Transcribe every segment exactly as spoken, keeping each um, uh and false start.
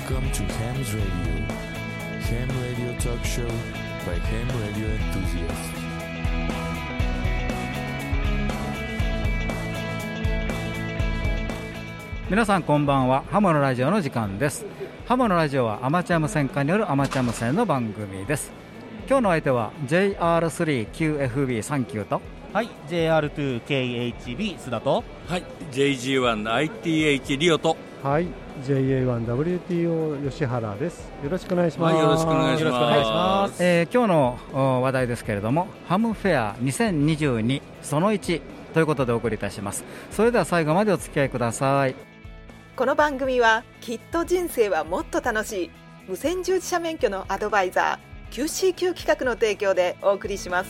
Welcome to Ham's Radio. Ham Radio Talk Show by Ham Radio Enthusiasts. 皆さんこんばんは。ハモのラジオの時間です。ハモのラジオはアマチュア無線化によるアマチュア無線の番組です。今日の相手は ジェイアールスリーキューエフビーさんきゅう と、 はい、ジェイアールツーケーエイチビー 須田と、 はい、ジェイジーワン アイティーエイチ リオと、 はい、ジェイエーワンダブリューティーオー 吉原です。よろしくお願いします。 はい、よろしくお願いします。 えー、今日の話題ですけれども、ハムフェアにせんにじゅうにそのいちということでお送りいたします。それでは最後までお付き合いください。 この番組はきっと人生はもっと楽しい無線従事者免許のアドバイザー キューシーキュー 企画の提供でお送りします。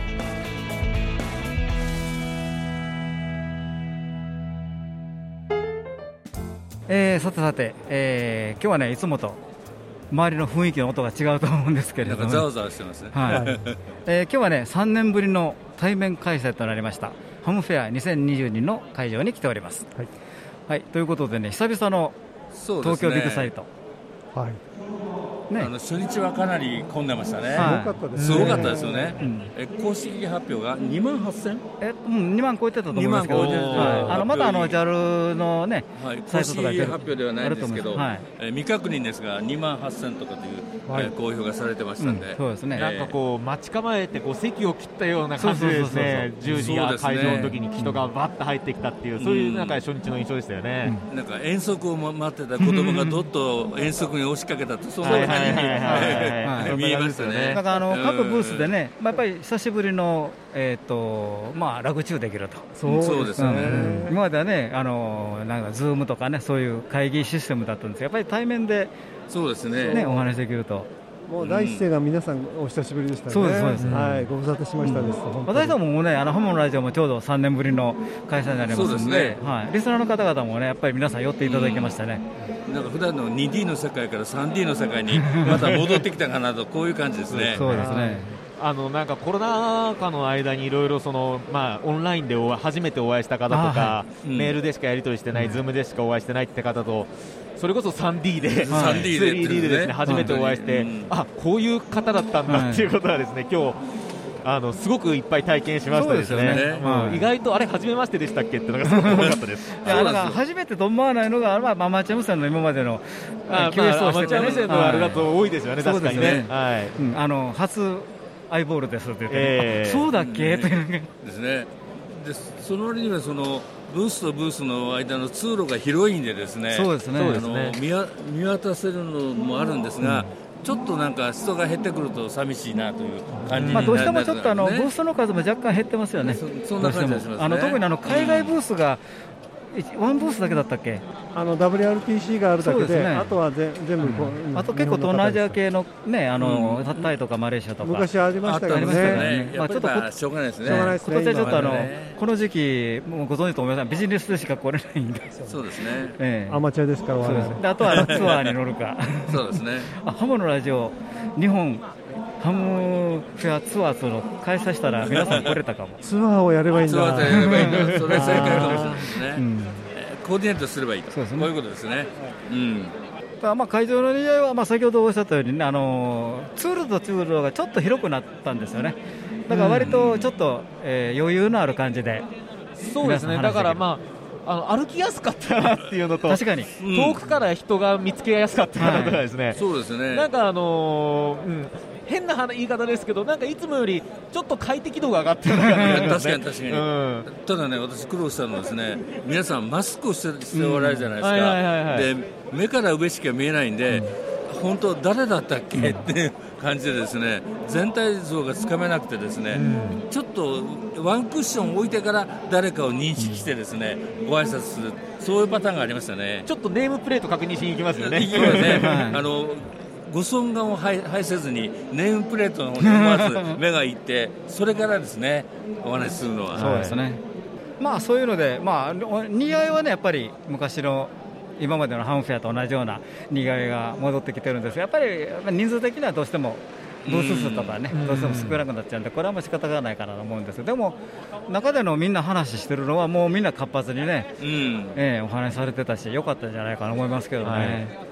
えー、さてさて、えー、今日はねいつもと周りの雰囲気の音が違うと思うんですけれども、 なんかざわざわしてますね。 はいえー、今日はねさんねんぶりの対面開催となりましたハムフェアにせんにじゅうにの会場に来ております。はいはい、ということでね、久々の東京ビッグサイト、 はいね、 あの初日はかなり混んでましたね。 はい、 すごかったですね。 すごかったですよね。 うん、 え公式発表がにまんはっせん、 え、うん、にまん超えてたと思いますけど、 にまん超えてた、 はい、あのまだあの ジャル の、ねはい、 サイトとか公式発表ではないんですけど、 はい、 え未確認ですがにまんはっせんとかという、はい、え公表がされてましたんで、 うん、そうですね、 なんかこう待ち構えてこう席を切ったような感じでですね、じゅうじや会場の時に人がバッと入ってきたっていう、うん、そういうなんか初日の印象でしたよね。 うん、なんか遠足を待ってた子供がどっと遠足に押しかけたと、そんな感じに見えましたね。 なんかあの各ブースでね、まあ、やっぱり久しぶりの、えーとまあ、ラグチューできると。 そうですね、 うん、今まではね、あのなんかズームとかね、そういう会議システムだったんですが、やっぱり対面で、 そうですね、 ね、お話できると。 もう第一声が皆さんお久しぶりでしたね。 そうですそうです、 はい、ご無沙汰しましたです。 うん、私どももね、あのハモのラジオもちょうどさんねんぶりの開催になりますの で, そうですね、 はい、リスナーの方々もね、やっぱり皆さん寄っていただきましたね。 うん、なんか普段の にディー の世界から スリーディー の世界にまた戻ってきたかなとこういう感じですね。 そうですね。 あのなんかコロナ禍の間にいろいろその、まあ、オンラインでお初めてお会いした方とか、はいうん、メールでしかやり取りしてない、うん、ズームでしかお会いしてないって方と、それこそ スリーディー で、 はい、スリーディー でですね、 初めてお会いして、うん、あこういう方だったんだっていうことはですね、今日あのすごくいっぱい体験しましたですね。 そうですよね、 うん、意外とあれ初めましてでしたっけっていうのがすごく多かったです。 いやなんか初めてと思わないのが、まあ、アマチュア無線の今までの教室をしてて、ね、アマチュア無線のあれだと多いですよね、 はい、 確かにね。 はいうん、あの初アイボールですって言って、ねえー、そうだっけ、うん、というですね。でその割にはそのブースとブースの間の通路が広いんでですね、 そうですね、 あの 見, 見渡せるのもあるんですが、うん、ちょっとなんか人が減ってくると寂しいなという感じになる、ね。まあ、 どうしてもちょっとあのブースの数も若干減ってますよね。 そ, そんな感じがしますね。 あの特にあの海外ブースが、うん、ワンブースだけだったっけ、 あの ダブリューアールティーシー があるだけ で, で、ね、あとはぜ全部こう、 うん、あと結構東南アジア系のね、あの、うん、タイとかマレーシアとか昔ありましたけどね。 ねまあ、ちょっとしょうがないですね。 しょうがないですね。 今年はちょっとあの、ね、この時期もうご存知と思いますがビジネスでしか来れないんで。 そうですね、 ええ、 アマチュアですからそうです。であとはあのツアーに乗るかそうですね。 あハモのラジオ日本ハムフェアツアーの開催したら皆さん来れたかも。 ツアーをやればいいんだ。 ツアーやればいいんだ。それは正解かもしれないですね。 うんコーディネートすればいいと、そうですね、こういうことですね。うん、 だまあ会場のにぎわいは、まあ、先ほどおっしゃったように、ね、あの通路と通路がちょっと広くなったんですよね。だから割とちょっと、えー、余裕のある感じで。 そうですね。だからまああの歩きやすかったなっていうのと確かに、 うん、遠くから人が見つけやすかったなとかですね、はい、 そうですね。 なんかあのーうん変な言い方ですけど、なんかいつもよりちょっと快適度が上がってる感じですね。 確かに確かに、うん、ただね、私苦労したのはですね、皆さんマスクをしてしておられるじゃないですか。で目から上しか見えないんで、うん、本当誰だったっけ、うん、っていう感じでですね、全体像がつかめなくてですね、うん、ちょっとワンクッション置いてから誰かを認識してですね、ご挨拶する、そういうパターンがありましたね。 ちょっとネームプレート確認しに行きますよね。 行きますね。あのご尊顔を拝せずにネームプレートの方に思わず目がいってそれからですねお話しするのは。 そうですね、まあ、そういうので、まあ、にぎわいはねやっぱり昔の今までのハムフェアと同じようなにぎわいが戻ってきてるんですが、やっぱり人数的にはどうしてもブース数とかね、どうしても少なくなっちゃうんで、これはもう仕方がないかなと思うんです。でも中でのみんな話してるのはもうみんな活発にね、うんえー、お話しされてたし良かったんじゃないかなと思いますけどね。 はい、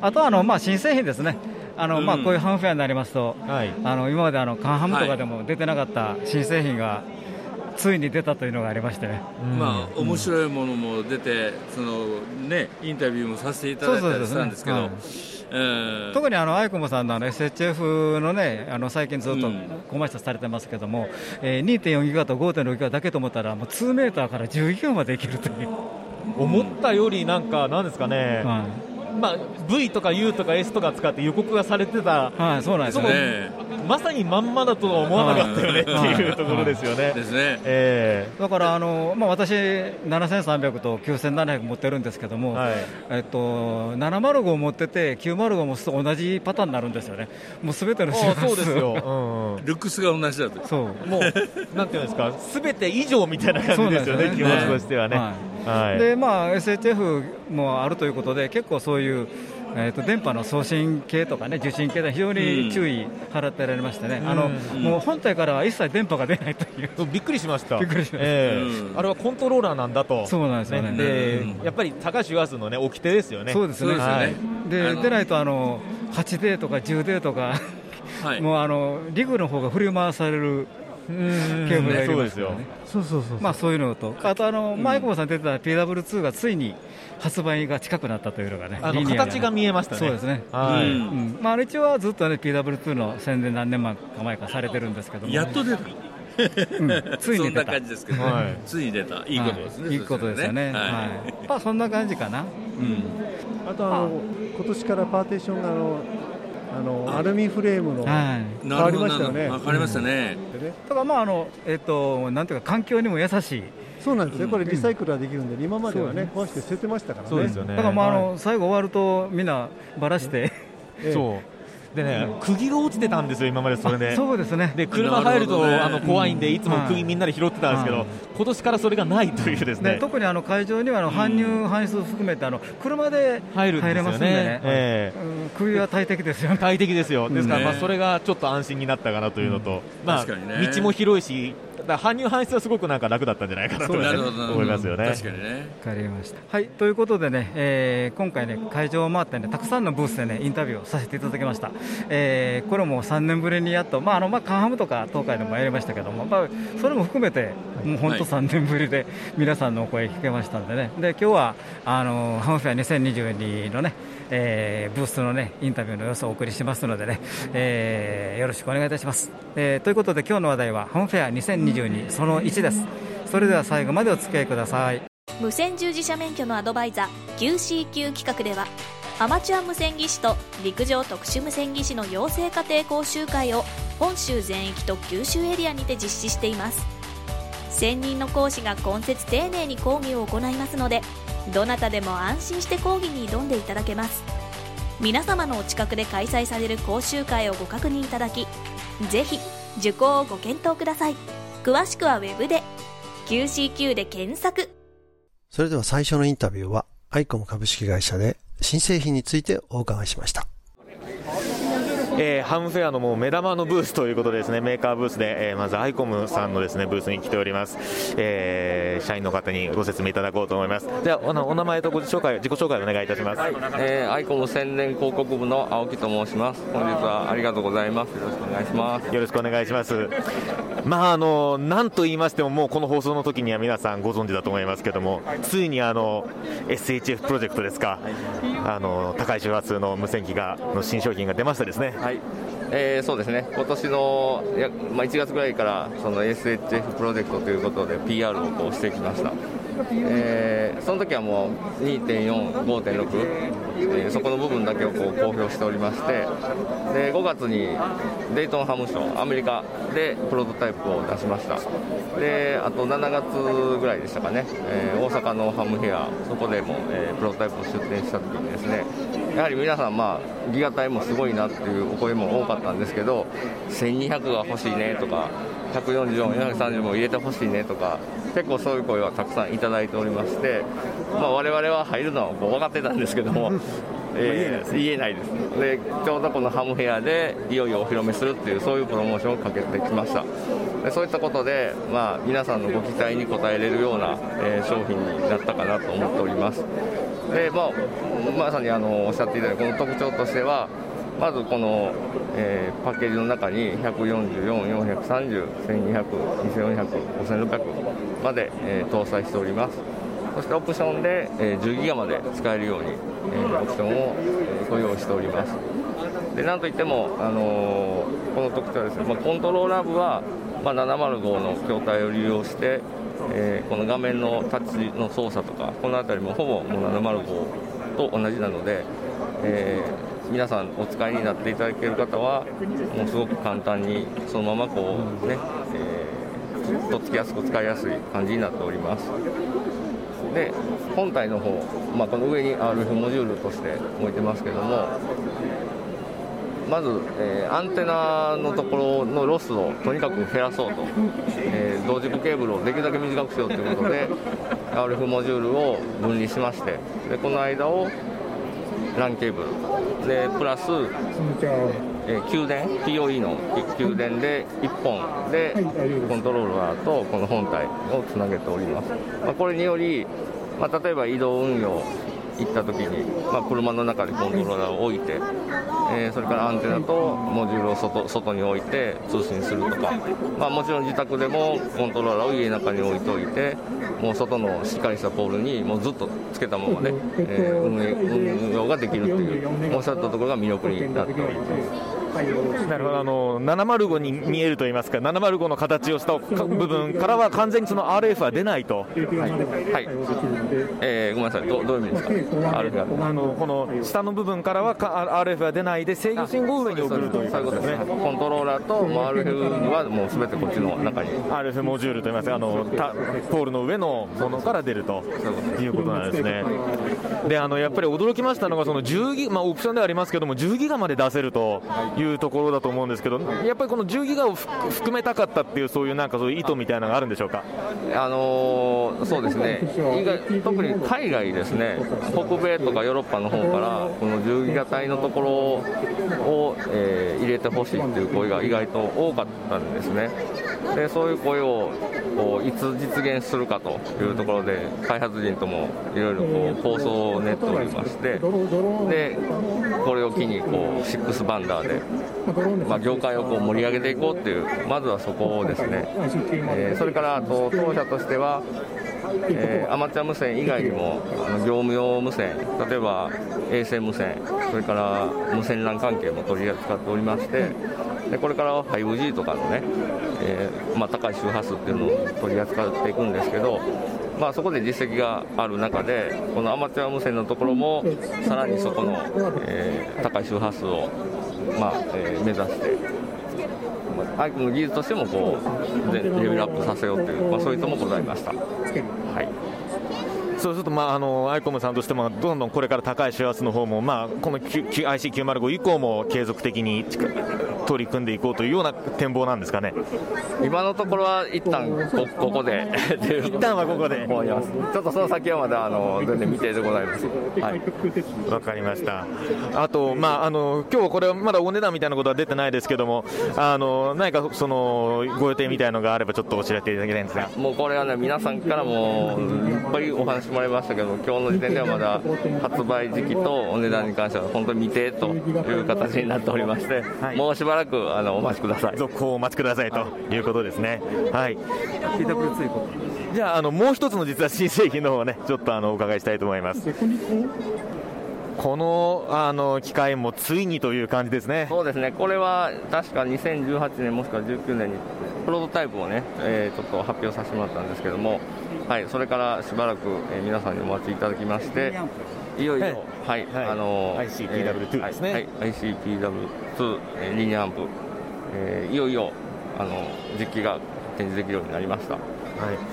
あとはあの、まあ、新製品ですね。あの、 うんまあ、こういうハムフェアになりますと、 はい、 あの今まであのカンハムとかでも出てなかった新製品がついに出たというのがありましてね、 うん、まあ、面白いものも出て、そのね、インタビューもさせていただいたりしたんですけど、 特にあのアイコムさんのあの エスエイチエフ のね、あの最近ずっとコマーシャルされてますけども、うん、えー、にてんよんギガと ごてんろくギガだけと思ったらもうにメーターからじゅうギガまでいけるという、 思ったよりなんかなんですかね、はい、まあ、ブイ とか ユー とか エス とか使って予告がされてた、 はい、そうなんですよね。 まさにまんまだとは思わなかったよねっていうところですよね。 ですね。 えー、だからあの、まあ、私ななせんさんびゃくときゅうせんななひゃく持ってるんですけども、はい、えっと、ななまるご持っててきゅうまるごも同じパターンになるんですよね。もうすべての周波数、 そうですよ、 うん、 ルックスが同じだと。 そう、 もうなんていうんですか、すべて以上みたいな感じですよね、気持ちとしてはね。はい、でまあ、エスエイチエフ もあるということで、結構そういう、えー、と電波の送信系とか、ね、受信系で非常に注意払ってられましてね、うん、あのうん、もう本体からは一切電波が出ないという、 びっくりしました、 びっくりしました、 えーうん、あれはコントローラーなんだと、 そうなんですよね、 でうん、やっぱり高橋ユアスの、ね、掟ですよね、 そうですね、はい、で出ないとあの はちデー とか じゅうデー とか、はい、もうあのリグの方が振り回されるケーブルがありますよね。 そうそうそう、 まあそういうのと、あとあの、うん、マイコモさん出てた ピーダブリューツー がついに発売が近くなったというのがね、 あの形が見えましたね。 そうですね。はい。うん、まあ一応はずっとね ピーダブリューツー の宣伝何年前か前かされてるんですけども、 やっと出た。うん、 ついに出た。 そんな感じですけど、はい、ついに出た。いいことですね。 はい、いいことですよね。はい。はい、まあそんな感じかな。うん。 あとあの今年からパーテーションがあの。あのアルミフレームの変わりましたよね。 変わりましたね。 だからまああのえっとなんていうか環境にも優しい。 そうなんですね。これリサイクルはできるんで、今まではね壊して捨ててましたからね。 そうですよね。 だからまああの最後終わるとみんなばらして。 そう。でね、釘が落ちてたんですよ、今までそれで。 そうですね。 で車入ると、ね、あの怖いんで、いつも釘みんなで拾ってたんですけど、はい、今年からそれがないというですね。 ね、特にあの会場にはあの搬入搬出含めてあの車で入れますんでね。えー、釘は大敵ですよね。 大敵ですよ。ですから、まあそれがちょっと安心になったかなというのと、うん、まあ道も広いし。だ搬入搬出はすごくなんか楽だったんじゃないかなと思いますよね。 確かにね。 わかりました。はい、ということでね、えー、今回ね会場を回ってねたくさんのブースでねインタビューをさせていただきました。えー、これもさんねんぶりにやっと、まああのまあカンハムとか東海でもやりましたけども、まあそれも含めてもう本当さんねんぶりで皆さんのお声聞けましたんでね。で今日はあのハムフェアにせんにじゅうにのね。えー、ブースの、ね、インタビューの様子をお送りしますのでね、えー、よろしくお願いいたします、えー、ということで今日の話題はハムフェアにせんにじゅうにそのいちです。それでは最後までお付き合いください。 無線従事者免許のアドバイザー キューシーキュー 企画ではアマチュア無線技師と陸上特殊無線技師の養成家庭講習会を本州全域と九州エリアにて実施しています。専任の講師が今節丁寧に講義を行いますのでどなたでも安心して講義に挑んでいただけます。皆様のお近くで開催される講習会をご確認いただきぜひ受講をご検討ください。詳しくはウェブで キューシーキュー で検索。 それでは最初のインタビューはアイコム株式会社で新製品についてお伺いしました。 えー、ハムフェアのもう目玉のブースということでですね、メーカーブースで、えー、まずアイコムさんのですねブースに来ております。えー、社員の方にご説明いただこうと思います。では お, お名前とご自己紹介自己紹介お願いいたします。はい、 えー、アイコム宣伝広告部の青木と申します。本日はありがとうございます。よろしくお願いします。 よろしくお願いします。まああの何と言いましてももうこの放送の時には皆さんご存知だと思いますけども、ついにあの エスエイチエフ プロジェクトですか、あの高い周波数の無線機がの新商品が出ましたですね。 はい、えー、そうですね、今年のや、まあ、いちがつぐらいからその エスエイチエフ プロジェクトということで ピーアール をこうしてきました。えー、その時はもう にてんよん、ごてんろく、えー、そこの部分だけをこう公表しておりまして、でごがつにデイトンハムショーアメリカでプロトタイプを出しました。であとしちがつぐらいでしたかね、えー、大阪のハムフェア、そこでも、えー、プロトタイプを出展した時にですね、やはり皆さん、まあ、ギガ帯もすごいなっていうお声も多かったんですけど、せんにひゃくが欲しいねとか、 ひゃくよんじゅうよん、よんひゃくさんじゅうも入れてほしいねとか、結構そういう声はたくさんいただいておりまして、まあ、我々は入るのはこう分かってたんですけどもえー、言えないです。でちょうどこのハムフェアでいよいよお披露目するっていうそういうプロモーションをかけてきました。でそういったことで、まあ、皆さんのご期待に応えれるような、えー、商品になったかなと思っております。で、まあ、まさにあのおっしゃっていただいたこの特徴としては、まずこの、えー、パッケージの中にひゃくよんじゅうよん、よんひゃくさんじゅう、せんにひゃく、にせんよんひゃく、ごせんろっぴゃくまで、えー、搭載しております。そしてオプションで、えー、じゅうギガまで使えるように、えー、オプションを、えー、ご用意しております。でなんといっても、あのー、この特徴はですね、まあ、コントローラー部は、まあ、ななまるごの筐体を利用して、えー、この画面のタッチの操作とかこのあたりもほぼもうななまるごと同じなので、えー、皆さんお使いになっていただける方はもうすごく簡単にそのままこうね、えー、とっつきやすく使いやすい感じになっております。で本体の方、まあ、この上に アールエフ モジュールとして置いてますけども、まず、えー、アンテナのところのロスをとにかく減らそうと、えー、同軸ケーブルをできるだけ短くしようということで アールエフ モジュールを分離しまして、でこの間を ラン ケーブルでプラス、えー、給電 ピーオーイー の給電でいっぽんでコントローラーとこの本体をつなげております。まあ、これにより、まあ、例えば移動運用行った時に、まあ、車の中でコントローラーを置いて、えー、それからアンテナとモジュールを 外, 外に置いて通信するとか、まあ、もちろん自宅でもコントローラーを家の中に置いておいて、もう外のしっかりしたポールにもうずっとつけたままで、えー、運, 営運用ができるというおっしゃったところが魅力になっております。 なるほど。あのななまるごに見えるといいますか、ななまるごの形をした部分からは完全にその アールエフ は出ないと。はい、 はいえー、ごめんなさい、 ど, どういう意味ですか。 アールエフあのこの下の部分からは アールエフ は出ないで制御信号を上に送るということですね。 コントローラーと アールエフ はもうすべてこっちの中にアールエフ モジュールといいますか、あのポールの上のものから出るということなんですね。であのやっぱり驚きましたのがそのじゅうギガ、まあ、オプションではありますけどもじゅうギガまで出せるというところだと思うんですけど、やっぱりこのじゅうギガを含めたかったっていうそういうなんかそういう意図みたいなのがあるんでしょうか。 あのー、そうですね、特に海外ですね、北米とかヨーロッパの方からこのじゅうギガ帯のところを、えー、入れてほしいという声が意外と多かったんですね。でそういう声をこういつ実現するかというところで開発陣ともいろいろこう構想を練っておりまして、でこれを機にこうシックスバンダーで、まあ、業界をこう盛り上げていこうっていう、まずはそこをですね、えー、それからあと当社としては、えー、アマチュア無線以外にもあの業務用無線、例えば衛星無線、それから無線 ラン 関係も取り扱っておりまして、でこれからは ファイブジー とかのね、えーまあ、高い周波数っていうのを取り扱っていくんですけど、まあ、そこで実績がある中でこのアマチュア無線のところもさらにそこの、えー、高い周波数を、まあえー、目指してアイコンの技術としてもこうレベルアップさせようという、まあ、そういう意図もございました。はい、 そうすると、まあ、あのアイコムさんとしてもどんどんこれから高い周波数の方も、まあ、この アイシーきゅうまるご 以降も継続的に取り組んでいこうというような展望なんですかね。 今のところは一旦 こ, ここで一旦はここで思います。ちょっとその先はまだあの全然未定でございます。はい、 わかりました。あと、まあ、あの今日これはまだお値段みたいなことは出てないですけども、あの何かそのご予定みたいなのがあればちょっと教えていただきたいんですが。 もうこれはね、皆さんからもいっぱいお話もらいましたけど、今日の時点ではまだ発売時期とお値段に関しては本当に未定という形になっておりまして、はい、もうしばらくあのお待ちください。 続行をお待ちくださいということですね。はい、じゃあ、あのもう一つの実は新製品の方をねちょっとあのお伺いしたいと思います。この、あの機械もついにという感じですね。 そうですね、これは確かにせんじゅうはちねんもしくはじゅうきゅうねんにプロトタイプをね、えー、ちょっと発表させてもらったんですけども、はい、それからしばらく、えー、皆さんにお待ちいただきまして、いよいよ、はい、はい、あのアイシーピーダブリューツー ですね、 はい、アイシーピーダブリューツー、えー、リニアアンプ、えー、いよいよあの実機が展示できるようになりました。はい、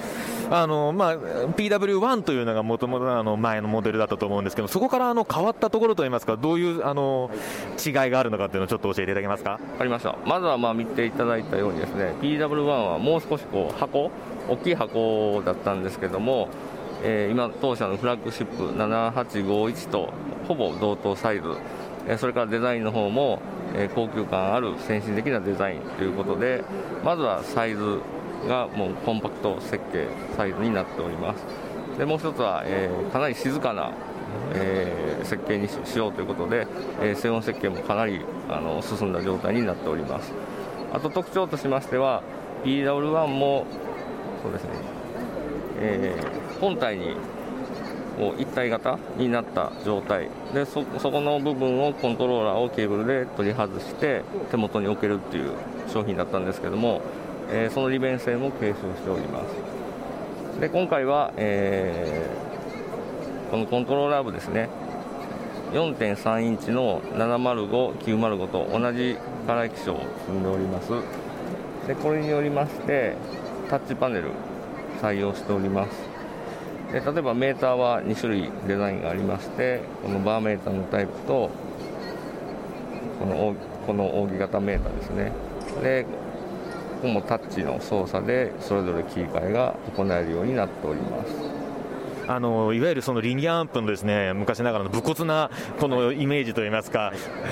あの、まあ、ピーダブリューワン というのがもともとあの前のモデルだったと思うんですけど、そこからあの変わったところといいますか、どういうあの違いがあるのかっていうのをちょっと教えていただけますか。 ありました。まずはまあ見ていただいたようにですね、 ピーダブリューワン はもう少しこう箱大きい箱だったんですけども、えー、今当社のフラッグシップななはちごいちとほぼ同等サイズ、えー、それからデザインの方も、えー、高級感ある先進的なデザインということで、まずはサイズがもうコンパクト設計サイズになっております。でもう一つは、えー、かなり静かな、えー、設計に し, しようということで、えー、静音設計もかなりあの進んだ状態になっております。あと特徴としましては ピーダブリューワン もそうですね、えー、本体にこう一体型になった状態で、 そ, そこの部分をコントローラーをケーブルで取り外して手元に置けるっていう商品だったんですけども、えー、その利便性も継承しております。で今回は、えー、このコントローラー部ですね、 よんてんさん インチのななまるご、きゅうまるごと同じカラー液晶を積んでおります。でこれによりましてタッチパネル採用しております。で例えばメーターはに種類デザインがありまして、このバーメーターのタイプとこのこの扇形メーターですね。でここもタッチの操作でそれぞれ切り替えが行えるようになっております。 あのいわゆるそのリニアアンプのですね、昔ながらの武骨なこのイメージといいますか、はい、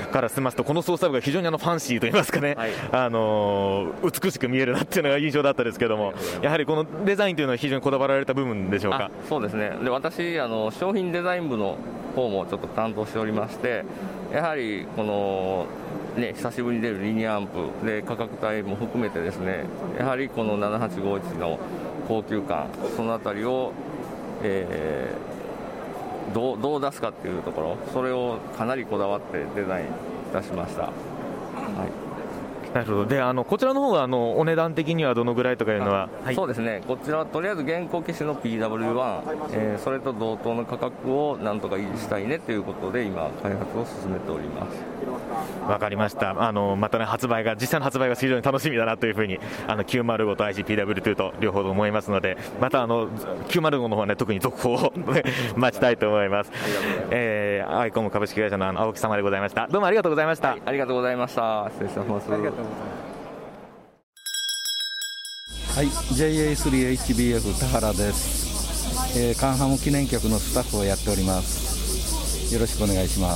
からしますと、この操作部が非常にあのファンシーといいますかね、はい、あの美しく見えるなっていうのが印象だったですけども、やはりこのデザインというのは非常にこだわられた部分でしょうか。 そうですね。で私あの商品デザイン部の方もちょっと担当しておりまして、やはりこのね、久しぶりに出るリニアアンプで価格帯も含めてですね、やはりこのななはちごいちの高級感、そのあたりをえー、どう、どう出すかっていうところ、それをかなりこだわってデザインいたしました。はい、 なるほど。であのこちらの方はあのお値段的にはどのぐらいとかいうのは。 はい、そうですね、こちらはとりあえず現行機種の ピーダブリューワン、えー、それと同等の価格をなんとか維持したいねということで今開発を進めております。 わかりました。あのまたね発売が実際の発売が非常に楽しみだなというふうにあのきゅうまるごと アイシーピーダブリューツー と両方と思いますので、またあのきゅうまるごの方はね特に続報を待ちたいと思います。えー、アイコム株式会社のあの青木様でございました。どうもありがとうございました。 はい、ありがとうございました。失礼します。ありがとうございます。 はい、ジェイエースリーエイチビーエフ 田原です。えー、カンハム記念局のスタッフをやっております。よろしくお願いします。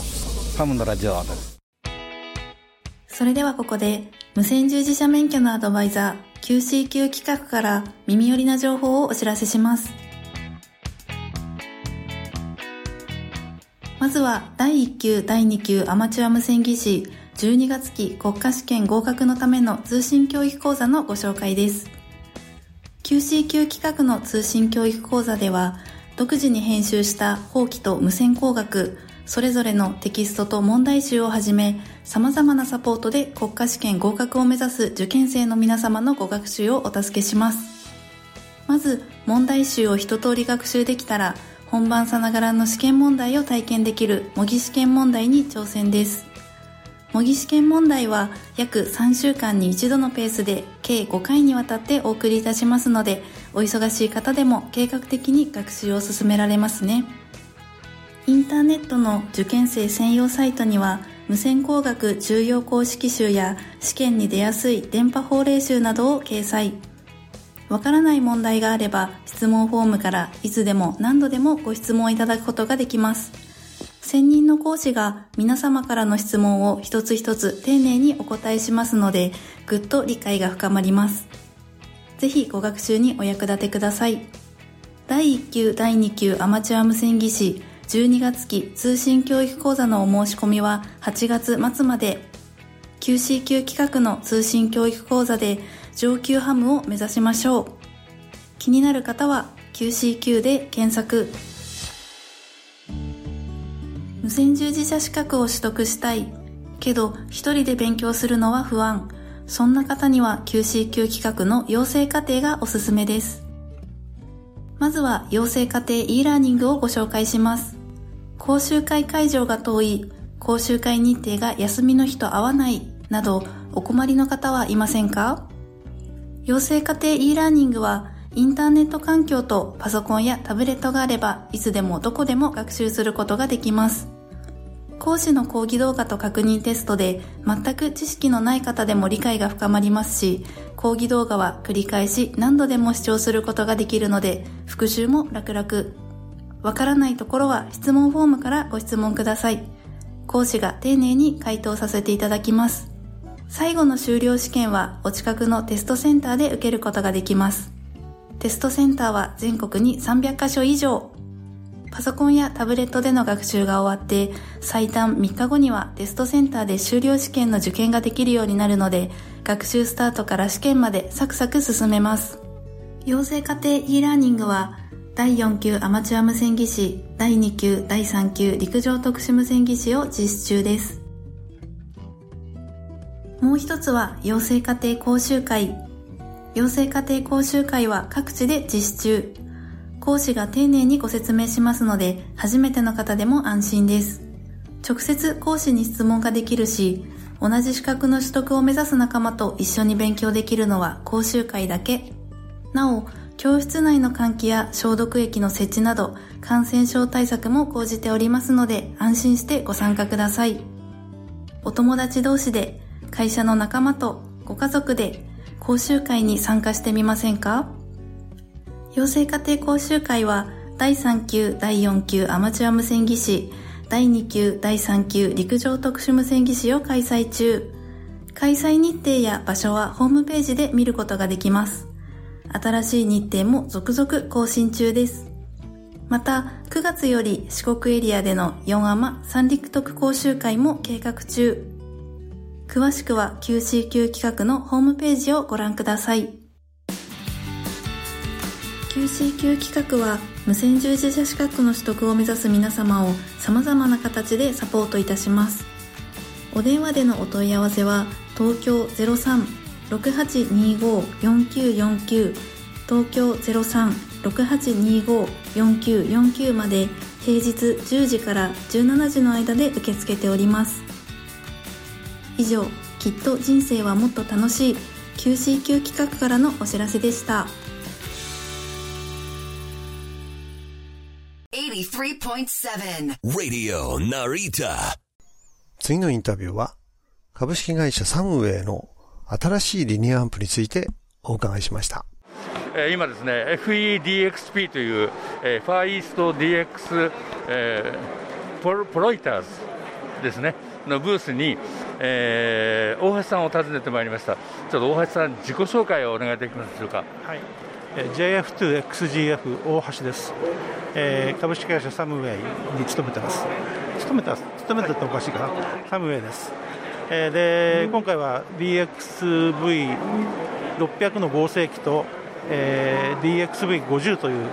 ハムのラジオです。 それではここで無線従事者免許のアドバイザー キューシーキュー 企画から耳寄りな情報をお知らせします。まずはだいいっ級だいに級アマチュア無線技師じゅうにがつ期国家試験合格のための通信教育講座のご紹介です。キューシーキュー 企画の通信教育講座では、独自に編集した法規と無線工学それぞれのテキストと問題集をはじめ、様々なサポートで国家試験合格を目指す受験生の皆様のご学習をお助けします。まず、問題集を一通り学習できたら、本番さながらの試験問題を体験できる模擬試験問題に挑戦です。模擬試験問題は約さんしゅうかんに一度のペースで計ごかいにわたってお送りいたしますので、お忙しい方でも計画的に学習を進められますね。インターネットの受験生専用サイトには無線工学重要公式集や試験に出やすい電波法令集などを掲載。わからない問題があれば質問フォームからいつでも何度でもご質問いただくことができます。専任の講師が皆様からの質問を一つ一つ丁寧にお答えしますので、ぐっと理解が深まります。ぜひご学習にお役立てください。だいいっ級だいに級アマチュア無線技師じゅうにがつ期通信教育講座のお申し込みははちがつ末まで。キューシーキュー 企画の通信教育講座で上級ハムを目指しましょう。気になる方は キューシーキュー で検索。無線従事者資格を取得したいけど一人で勉強するのは不安、そんな方には キューシーキュー 企画の養成課程がおすすめです。まずは養成課程 e ラーニングをご紹介します。講習会会場が遠い、講習会日程が休みの日と合わないなどお困りの方はいませんか？養成課程 e ラーニングはインターネット環境とパソコンやタブレットがあれば、いつでもどこでも学習することができます。講師の講義動画と確認テストで全く知識のない方でも理解が深まりますし、講義動画は繰り返し何度でも視聴することができるので、復習も楽々。わからないところは質問フォームからご質問ください。講師が丁寧に回答させていただきます。最後の修了試験はお近くのテストセンターで受けることができます。テストセンターは全国にさんびゃっかしょ以上。パソコンやタブレットでの学習が終わって最短みっかごにはテストセンターで修了試験の受験ができるようになるので、学習スタートから試験までサクサク進めます。養成家庭 e ラーニングはだいよん級アマチュア無線技師、だいに級、だいさん級陸上特殊無線技師を実施中です。もう一つは養成家庭講習会。養成家庭講習会は各地で実施中。講師が丁寧にご説明しますので、初めての方でも安心です。直接講師に質問ができるし、同じ資格の取得を目指す仲間と一緒に勉強できるのは講習会だけ。なお、教室内の換気や消毒液の設置など、感染症対策も講じておりますので、安心してご参加ください。お友達同士で、会社の仲間とご家族で、講習会に参加してみませんか？養成家庭講習会はだいさん級、だいよん級アマチュア無線技師、だいに級、だいさん級陸上特殊無線技師を開催中。開催日程や場所はホームページで見ることができます。新しい日程も続々更新中です。またくがつより四国エリアでのよんアマ三陸特講習会も計画中。詳しくは キューシーキュー 企画のホームページをご覧ください。キューシーキュー 企画は無線従事者資格の取得を目指す皆様を様々な形でサポートいたします。お電話でのお問い合わせは東京 ゼロさん ろくはちにご よんきゅうよんきゅう 東京 ゼロさん ろくはちにご よんきゅうよんきゅうまで平日じゅうじからじゅうしちじの間で受け付けております。以上、きっと人生はもっと楽しい キューシーキュー 企画からのお知らせでした。 Radio Narita。次のインタビューは株式会社サムウェイの新しいリニアアンプについてお伺いしました。 今ですね エフイーディーエックスピー という、えー、ファーイースト ディーエックス、えー、プロ、プロイターズですねのブースに、えー、大橋さんを訪ねてまいりました。ちょっと大橋さん自己紹介をお願いできますでしょうか。 はい、ジェイエフツーエックスジーエフ 大橋です。えー、株式会社サムウェイに勤めてます。勤めた勤めてっておかしいかな。サムウェイです。えー、で今回は ディーエックスブイろっぴゃく の合成機と、えー、ディーエックスブイごじゅう という、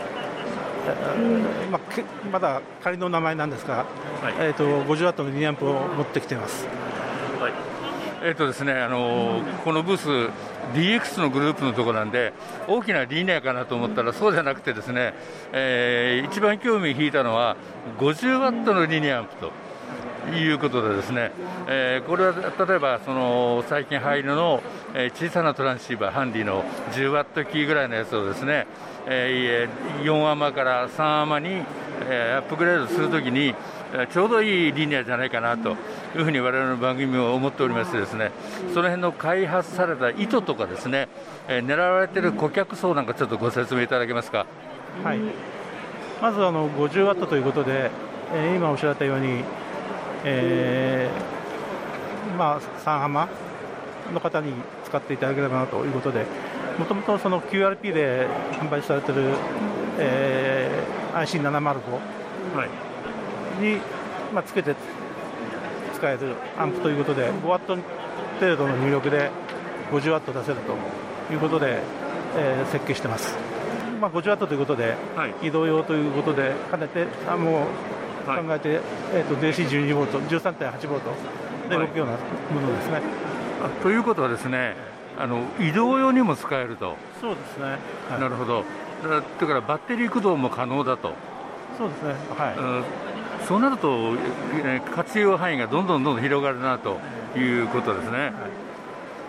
まあ、まだ仮の名前なんですが、はい、えー、とごじゅうワットのリニアアンプを持ってきています。 はい、えーとですね、あのー、このブース ディーエックス のグループのところなんで大きなリニアかなと思ったらそうじゃなくてですね、えー、一番興味を引いたのはごじゅうワットのリニアアンプということでですね、えー、これは例えばその最近入るの、えー、小さなトランシーバーハンディのじゅうワットキーぐらいのやつをですね、えー、よんアマからさんアマに、えー、アップグレードするときにちょうどいいリニアじゃないかなというふうに我々の番組を思っておりましてですね、その辺の開発された意図とかですね、えー、狙われている顧客層なんかちょっとご説明いただけますか。 はい、まずあのごじゅうワットということで、えー、今おっしゃったように、えーまあ、さんアマの方に使っていただければなということで、もともとその キューアールピー で販売されている、えー、アイシーななまるご、はいに、まあ、つけて使えるアンプということでごワット程度の入力でごじゅうワット出せるということで、えー、設計してます。まあ、ごじゅうワットということで、はい、移動用ということで兼ねてあもう考えて、はい、えー、と ディーシーじゅうにボルト じゅうさんてんはちボルトで動くようなものですね。はい、 あということはですね、あの移動用にも使えると。 そうですね、はい、 なるほど。だから、だからバッテリー駆動も可能だと。 そうですね、はい、うん、 そうなると活用範囲がどんどんどんどん広がるなということですね。はい、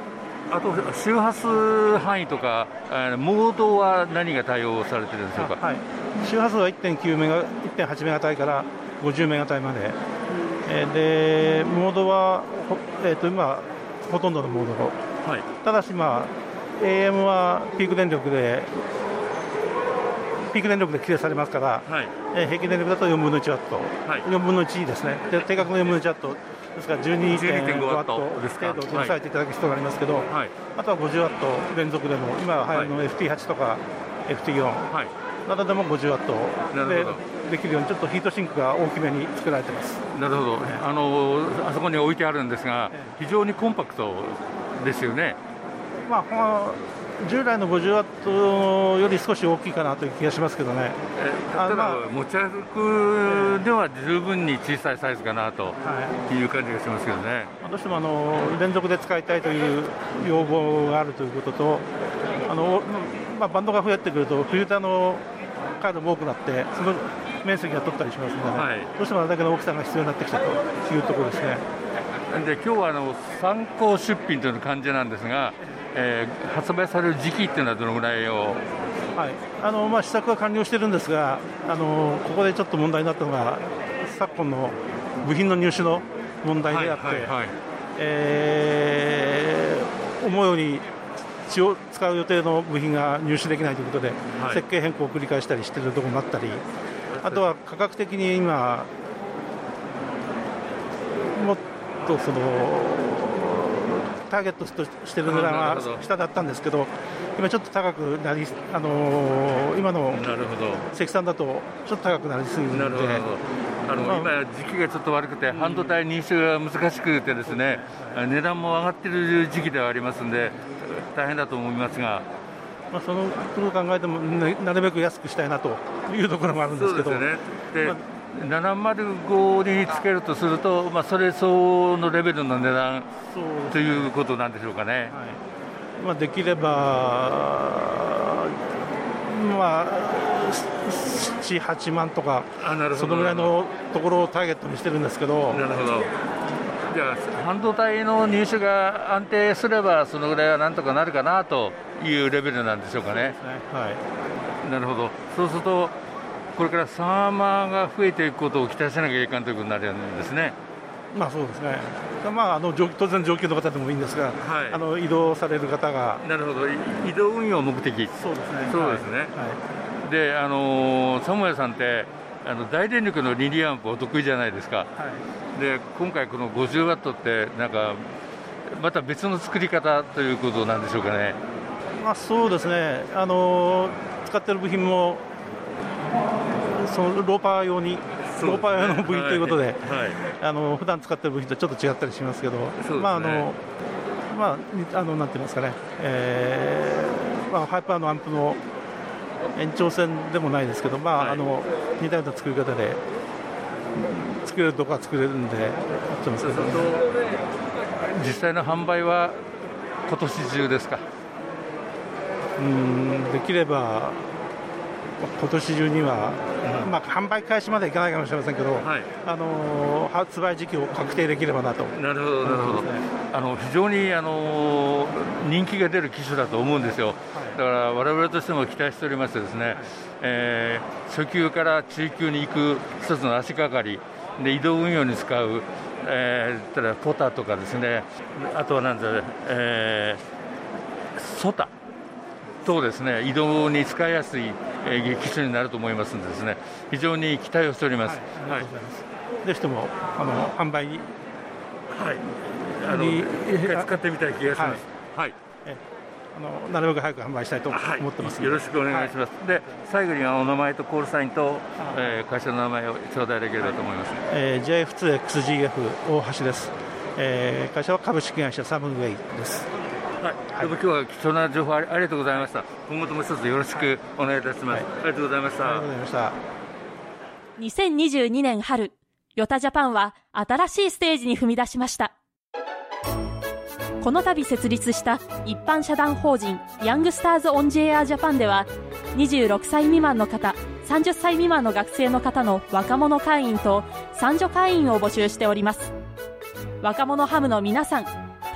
あと周波数範囲とかモードは何が対応されてるんでしょうか。 はい、周波数は いってんきゅうメガ、いってんはちメガ帯からごじゅうメガ帯まで、えー、でモードは、えー、と今ほとんどのモードを、はい、ただし、まあ、エーエム はピーク電力でピーク電力で規定されますから、はい、えー、平均電力だとよんぶんのいちワット、はい、よんぶんのいちですね。で定格のよんぶんのいちワットですから じゅうにてんごワット程度で抑えていただく必要がありますけど、はい、あとはごじゅうワット連続でも今は流行りの エフティーはち とか エフティーよん、はい、などでもごじゅうワットでできるようにちょっとヒートシンクが大きめに作られています。 なるほど、はい、あのあそこに置いてあるんですが、非常にコンパクトですよね。 まあ、従来のごじゅうワットより少し大きいかなという気がしますけどね。 えただ、まあ、持ち歩くでは十分に小さいサイズかなという感じがしますけどね。 どうしてもあの連続で使いたいという要望があるということと、あの、まあ、バンドが増えてくるとフィルターの回路も多くなってその面積が取ったりしますので、ね、はい、どうしてもあれだけの大きさが必要になってきたというところですね。 で今日はあの参考出品という感じなんですが、えー、発売される時期っていうのはどのぐらいを、 はい、あのまあ、試作は完了しているんですが、あのここでちょっと問題になったのが昨今の部品の入手の問題であって、はいはいはい、えー、思うように血を使う予定の部品が入手できないということで、はい、設計変更を繰り返したりしているところもあったり、あとは価格的に今もっとそのターゲットとしている値段は下だったんですけど、今ちょっと高くなり、あのー、今の積算だとちょっと高くなりすぎるので、なるほどあの、まあ、今時期がちょっと悪くて、うん、半導体入手が難しくてですね、値段も上がっている時期ではありますので大変だと思いますが、 まあ、そのことを考えてもなるべく安くしたいなというところもあるんですけど。 そうですね。で、まあななまるごにつけるとすると、まあ、それ相応のレベルの値段ということなんでしょうかね。はい、 まあ、できれば、まあ、なな、はちまんとかそのぐらいのところをターゲットにしてるんですけど。 なるほど。じゃあ半導体の入手が安定すればそのぐらいはなんとかなるかなというレベルなんでしょうかね。 はい、 なるほど。そうするとこれからサーマーが増えていくことを期待しなきゃいけないということになるんですね。 まあそうですね。まああの当然上級の方でもいいんですが、はい、あの移動される方が。 なるほど。移動運用目的。 そうですね。 そうですね。はい、で、あのサムエルさんってあの大電力のリニアアンプお得意じゃないですか。はい、で今回このごじゅうワットってなんかまた別の作り方ということなんでしょうかね。 まあそうですね。あの使っている部品も。そのローパー用に、ね、ローパー用の部品ということで、はいはい、あの普段使っている部品とちょっと違ったりしますけど、ね、まああのまああのなんて言いますかね、えーまあ、ハイパーのアンプの延長線でもないですけど、まあ、はい、あの似たような作り方で作れるとこは作れるんでやってますけど、ね、 実際の販売は今年中ですか。 うんできれば今年中には、うん、まあ、販売開始までいかないかもしれませんけど、はい、あの発売時期を確定できればなと。 なるほどなるほど、ね、あの非常にあの人気が出る機種だと思うんですよ。はい、だから我々としても期待しておりましてですね、はい、えー、初級から中級に行く一つの足掛かりで移動運用に使う、えー、ただポタとかですね、あとはなんだ、えー、ソタとですね、移動に使いやすい、えー、機種になると思いますのでですね、非常に期待をしております。 はい、ありがとうございます。はい、ぜひともあの販売に、 はい、あの一回使ってみたい気がします。はい、はい、 えあのなるべく早く販売したいと思ってます、 はい、よろしくお願いします。はい、で最後にはお名前とコールサインと、えー、会社の名前を頂戴できればと思います。 えー、ジェイエフツーエックスジーエフ 大橋です。えー、会社は株式会社サムウェイです。 はい、でも今日は貴重な情報ありがとうございました。今後とも一つよろしくお願いいたします。はい、ありがとうございました。 ありがとうございました。 にせんにじゅうにねん春、ヨタジャパンは新しいステージに踏み出しました。この度設立した一般社団法人ヤングスターズオンジエアジャパンでは、にじゅうろくさい未満の方、さんじゅっさい未満の学生の方の若者会員と三女会員を募集しております。若者ハムの皆さん、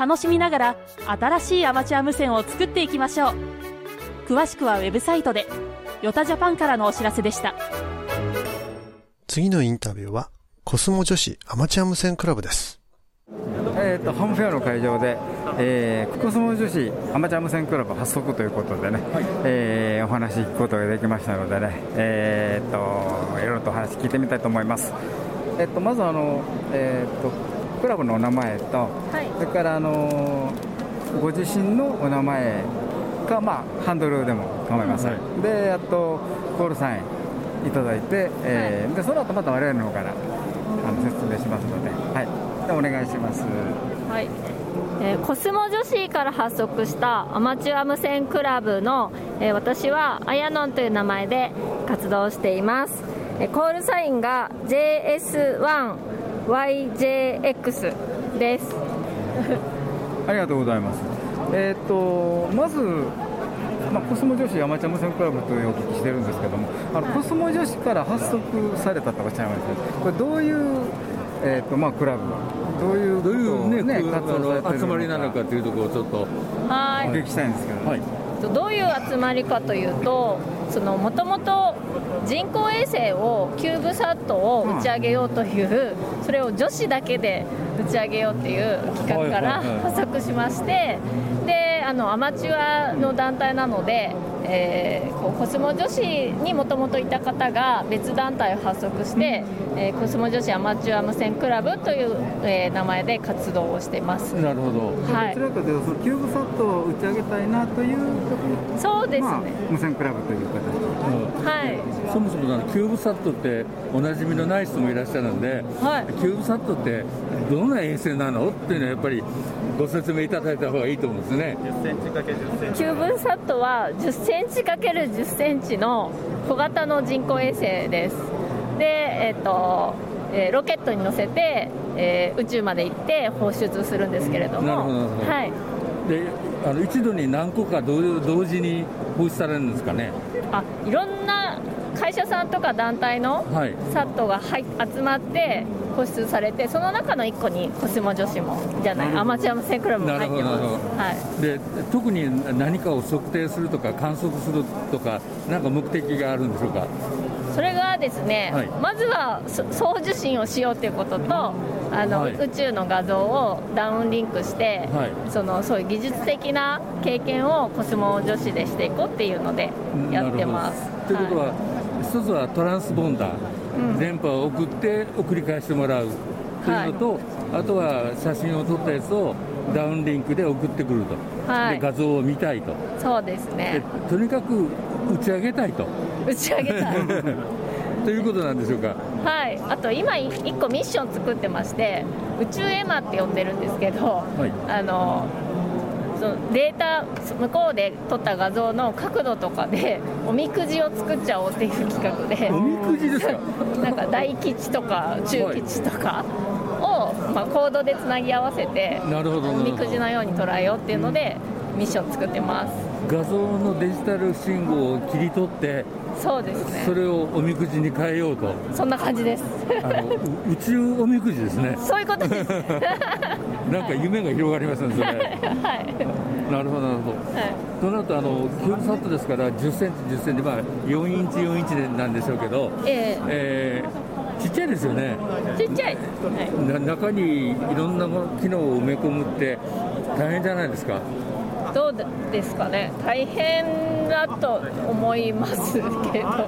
楽しみながら新しいアマチュア無線を作っていきましょう。詳しくはウェブサイトで。ヨタジャパンからのお知らせでした。 次のインタビューはコスモ女子アマチュア無線クラブです。 えー、とハムフェアの会場で、えー、コスモ女子アマチュア無線クラブ発足ということでね、はい、えー、お話聞くことができましたのでね、えー、といろいろとお話聞いてみたいと思います。えー、とまずあの、えー、とクラブのお名前と、はい、それからあのご自身のお名前か、まあ、ハンドルでも構いません、はい、であとコールサインいただいて、えーはい、でその後また我々の方からあの説明しますので、はい、でお願いします。 はい、えー、コスモ女子から発足したアマチュア無線クラブの、えー、私はアヤノンという名前で活動しています。えー、コールサインが ジェイエスワンワイジェーエックス です。 ありがとうございます。えー、とまず、まあ、コスモ女子アマチュア無線クラブというお聞きしてるんですけども、あのコスモ女子から発足されたとおっしゃいました。これどういう、えーとまあ、クラブどういうどういうね、ね活動されてるのか、 集まりなのかというところをちょっとはいお聞きしたいんですけど、はい、 どういう集まりかというと、もともと人工衛星をキューブサットを打ち上げようという、うん、それを女子だけで打ち上げようという企画から発足しまして、であのアマチュアの団体なので、えー、こうコスモ女子にもともといた方が別団体を発足して、えー、コスモ女子アマチュア無線クラブという、えー、名前で活動をしています。 なるほど、はい、どちらかというとそのキューブサットを打ち上げたいなというそうですね、まあ、 無線クラブという形、 うん、はい、 そもそもキューブサットっておなじみのない人もいらっしゃるので、はい、キューブサットってどんな衛星なのっていうのはやっぱりご説明いただいた方がいいと思うんですね。 じゅっセンチかけるじゅっセンチ、キューブサットはじゅっセンチかけるじゅっセンチの小型の人工衛星です。で、えーとえー、ロケットに乗せて、えー、宇宙まで行って放出するんですけれども、 なるほどなるほど、 はい、 であの一度に何個か同同時に放出されるんですかね。 あ、いろんな会社さんとか団体のサットが入集まって放出されて、その中のいっこにコスモ女子もじゃないアマチュア無線クラブも入ってます。はい、 で特に何かを測定するとか観測するとか何か目的があるんでしょうか。 それがですね、はい、まずは送受信をしようということと、あの、はい、宇宙の画像をダウンリンクして、はい、そのそういう技術的な経験をコスモ女子でしていこうっていうのでやってます。 ということは、はい、一つはトランスボンダー、うん、電波を送って送り返してもらうというのと、はい、あとは写真を撮ったやつをダウンリンクで送ってくると、はい、で画像を見たいと。 そうですね、 とにかく打ち上げたいと打ち上げたいということなんでしょうか。 はい、あと今いっこミッション作ってまして、宇宙エマって呼んでるんですけど、はい、あのそのデータ向こうで撮った画像の角度とかでおみくじを作っちゃおうっていう企画で。 おみくじですかなんか大吉とか中吉とかを、まあ、コードでつなぎ合わせておみくじのように捉えようっていうのでミッション作ってます。 画像のデジタル信号を切り取って、 そうですね、 それをおみくじに変えようと。 そんな感じです。 あの宇宙おみくじですね。 そういうことです。なんか夢が広がりますね、それ。はい、なるほどなるほど、はい、となるとあのキューブサットですからじゅっセンチじゅっセンチ、まあ、よんインチよんインチなんでしょうけど、えーえー、ちっちゃいですよね。 ちっちゃい、 はい、な中にいろんな機能を埋め込むって大変じゃないですか。 どうですかね、大変だと思いますけど、はい、